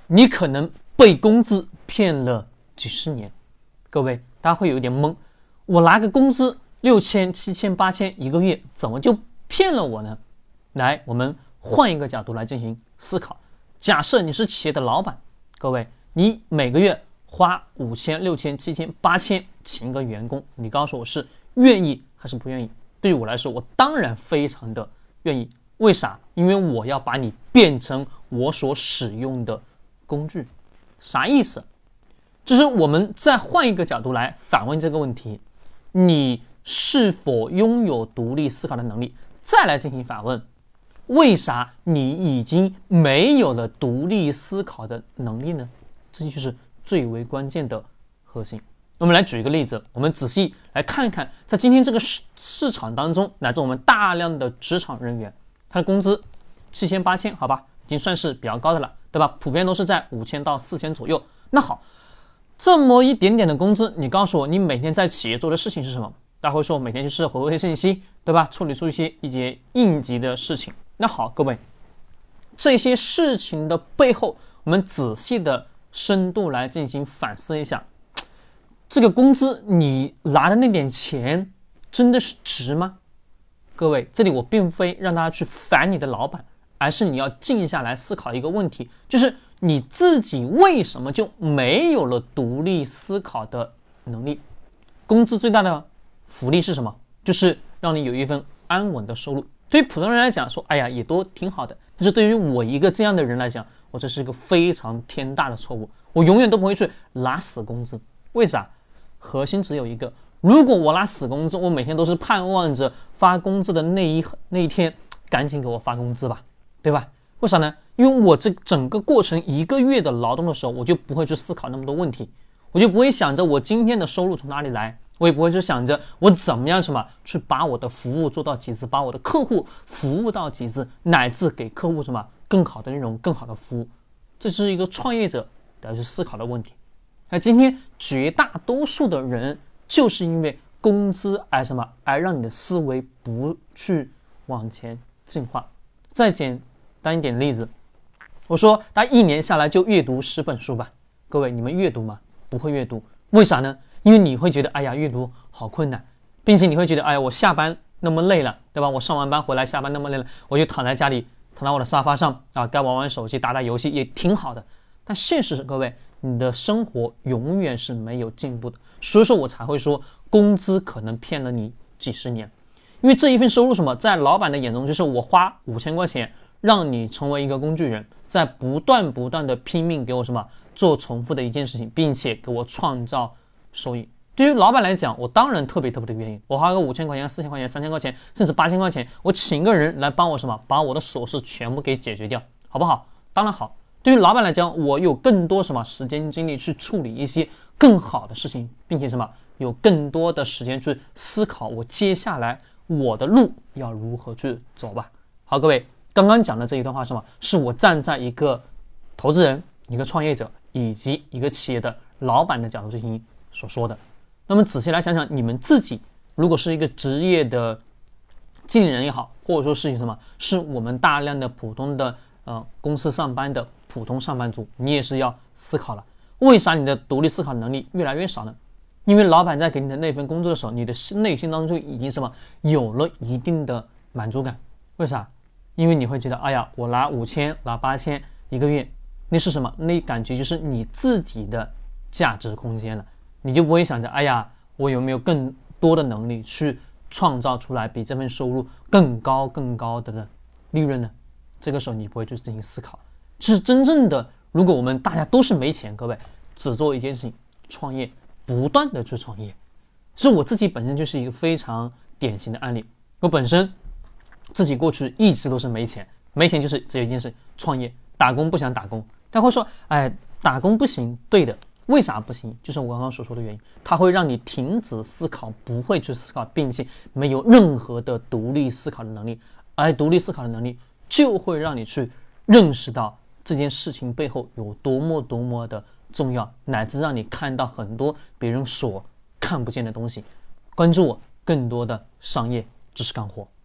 你可能被工资骗了几十年。各位，大家会有一点懵，我拿个工资6000、7000、8000一个月，怎么就骗了我呢？来，我们换一个角度来进行思考。假设你是企业的老板，各位，你每个月花5000、6000、7000、8000请一个员工，你告诉我是愿意还是不愿意？对于我来说，我当然非常的愿意。为啥？因为我要把你变成我所使用的工具。啥意思？就是我们再换一个角度来反问这个问题：你是否拥有独立思考的能力？再来进行反问：为啥你已经没有了独立思考的能力呢？这就是最为关键的核心。我们来举一个例子，我们仔细来看一看，在今天这个市场当中，乃至我们大量的职场人员，他的工资7000、8000，好吧，已经算是比较高的了，对吧？普遍都是在5000到4000左右。那好，这么一点点的工资，你告诉我，你每天在企业做的事情是什么？大家会说，每天就是回信息，对吧？处理出一些应急的事情。那好，各位，这些事情的背后，我们仔细的深度来进行反思一下，这个工资你拿的那点钱真的是值吗？各位，这里我并非让大家去烦你的老板，而是你要静下来思考一个问题，就是你自己为什么就没有了独立思考的能力？工资最大的福利是什么？就是让你有一份安稳的收入。对于普通人来讲说，哎呀，也都挺好的。但是对于我一个这样的人来讲，我这是一个非常天大的错误。我永远都不会去拿死工资。为啥？核心只有一个，如果我拿死工资，我每天都是盼望着发工资的那一天赶紧给我发工资吧，对吧？为啥呢？因为我这整个过程1个月的劳动的时候，我就不会去思考那么多问题，我就不会想着我今天的收入从哪里来，我也不会去想着我怎么样去把我的服务做到极致，把我的客户服务到极致，乃至给客户更好的内容、更好的服务。这是一个创业者要去思考的问题。那今天绝大多数的人就是因为工资而让你的思维不去往前进化。再简单一点例子，我说大家1年下来就阅读10本书吧，各位，你们阅读吗？不会阅读。为啥呢？因为你会觉得，哎呀，阅读好困难，并且你会觉得，哎呀，我下班那么累了，对吧？我上完班回来，下班那么累了，我就躺在家里，躺在我的沙发上啊，该玩玩手机、打打游戏也挺好的。但现实是，各位，你的生活永远是没有进步的。所以说我才会说，工资可能骗了你几十年。因为这一份收入在老板的眼中就是我花5000块钱让你成为一个工具人，在不断的拼命给我做重复的一件事情，并且给我创造收益。对于老板来讲，我当然特别的愿意，我花个5000块钱、4000块钱、3000块钱，甚至8000块钱，我请个人来帮我把我的琐事全部给解决掉，好不好？当然好。对于老板来讲，我有更多时间精力去处理一些更好的事情，并且有更多的时间去思考我接下来我的路要如何去走吧。好，各位，刚刚讲的这一段话是我站在一个投资人、一个创业者以及一个企业的老板的角度进行所说的。那么仔细来想想，你们自己如果是一个职业的经理人也好，或者说是是我们大量的普通的公司上班的普通上班族，你也是要思考了，为啥你的独立思考能力越来越少呢？因为老板在给你的那份工作的时候，你的内心当中已经有了一定的满足感。为啥？因为你会觉得，哎呀，我拿5000、拿8000一个月，那是什么？那感觉就是你自己的价值空间了。你就不会想着，哎呀，我有没有更多的能力去创造出来比这份收入更高的利润呢？这个时候你不会去进行思考。是真正的，如果我们大家都是没钱，各位只做一件事情，创业，不断的去创业。是我自己本身就是一个非常典型的案例。我本身自己过去一直都是没钱就是只有一件事，创业，打工不想打工。他会说，哎，打工不行，对的。为啥不行？就是我刚刚所说的原因，它会让你停止思考，不会去思考，并且没有任何的独立思考的能力。而独立思考的能力就会让你去认识到这件事情背后有多么的重要，乃至让你看到很多别人所看不见的东西。关注我更多的商业知识干货。